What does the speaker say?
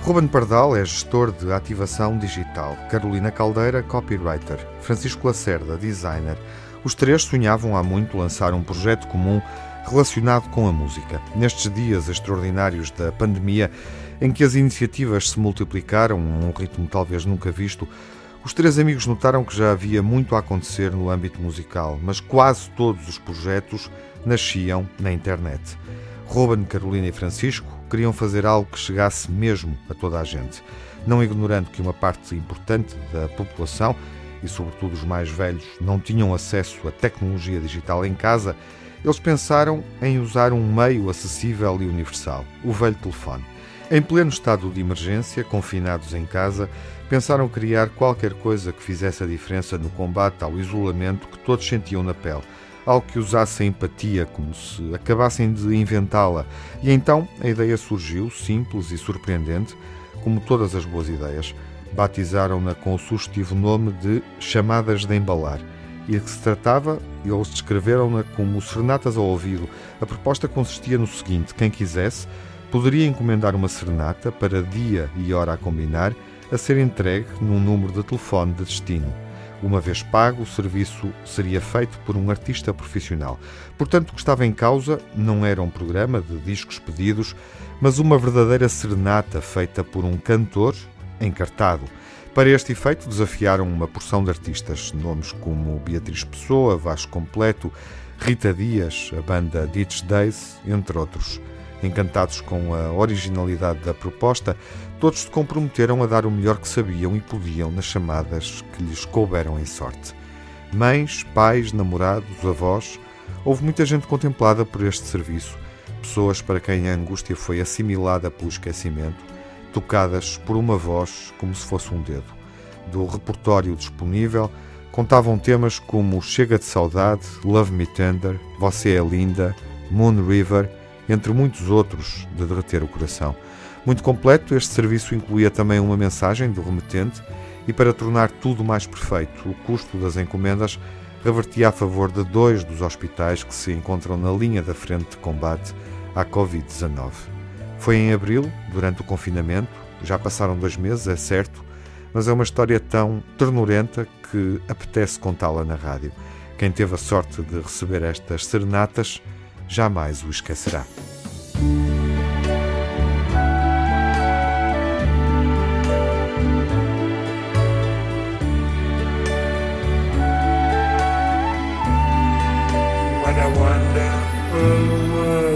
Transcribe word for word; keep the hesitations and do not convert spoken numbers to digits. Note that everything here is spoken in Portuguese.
Ruben Pardal é gestor de ativação digital, Carolina Caldeira, copywriter, Francisco Lacerda, designer. Os três sonhavam há muito lançar um projeto comum relacionado com a música. Nestes dias extraordinários da pandemia, em que as iniciativas se multiplicaram a um ritmo talvez nunca visto, os três amigos notaram que já havia muito a acontecer no âmbito musical, mas quase todos os projetos nasciam na internet. Ruben, Carolina e Francisco queriam fazer algo que chegasse mesmo a toda a gente, não ignorando que uma parte importante da população, e sobretudo os mais velhos, não tinham acesso à tecnologia digital em casa. Eles pensaram em usar um meio acessível e universal, o velho telefone. Em pleno estado de emergência, confinados em casa, pensaram criar qualquer coisa que fizesse a diferença no combate ao isolamento que todos sentiam na pele, algo que usasse a empatia, como se acabassem de inventá-la. E então a ideia surgiu, simples e surpreendente, como todas as boas ideias. Batizaram-na com o sugestivo nome de Chamadas de Embalar. E a que se tratava, eles descreveram-na como serenatas ao ouvido. A proposta consistia no seguinte: quem quisesse poderia encomendar uma serenata para dia e hora a combinar, a ser entregue num número de telefone de destino. Uma vez pago, o serviço seria feito por um artista profissional. Portanto, o que estava em causa não era um programa de discos pedidos, mas uma verdadeira serenata feita por um cantor encartado. Para este efeito, desafiaram uma porção de artistas, nomes como Beatriz Pessoa, Vasco Completo, Rita Dias, a banda Ditch Days, entre outros. Encantados com a originalidade da proposta, todos se comprometeram a dar o melhor que sabiam e podiam nas chamadas que lhes couberam em sorte. Mães, pais, namorados, avós, houve muita gente contemplada por este serviço, pessoas para quem a angústia foi assimilada pelo esquecimento, tocadas por uma voz como se fosse um dedo. Do repertório disponível, contavam temas como Chega de Saudade, Love Me Tender, Você é Linda, Moon River, entre muitos outros de derreter o coração. Muito completo, este serviço incluía também uma mensagem do remetente e, para tornar tudo mais perfeito, o custo das encomendas revertia a favor de dois dos hospitais que se encontram na linha da frente de combate à covid dezanove. Foi em abril, durante o confinamento, já passaram dois meses, é certo, mas é uma história tão ternurenta que apetece contá-la na rádio. Quem teve a sorte de receber estas serenatas jamais o esquecerá. What a wonderful world.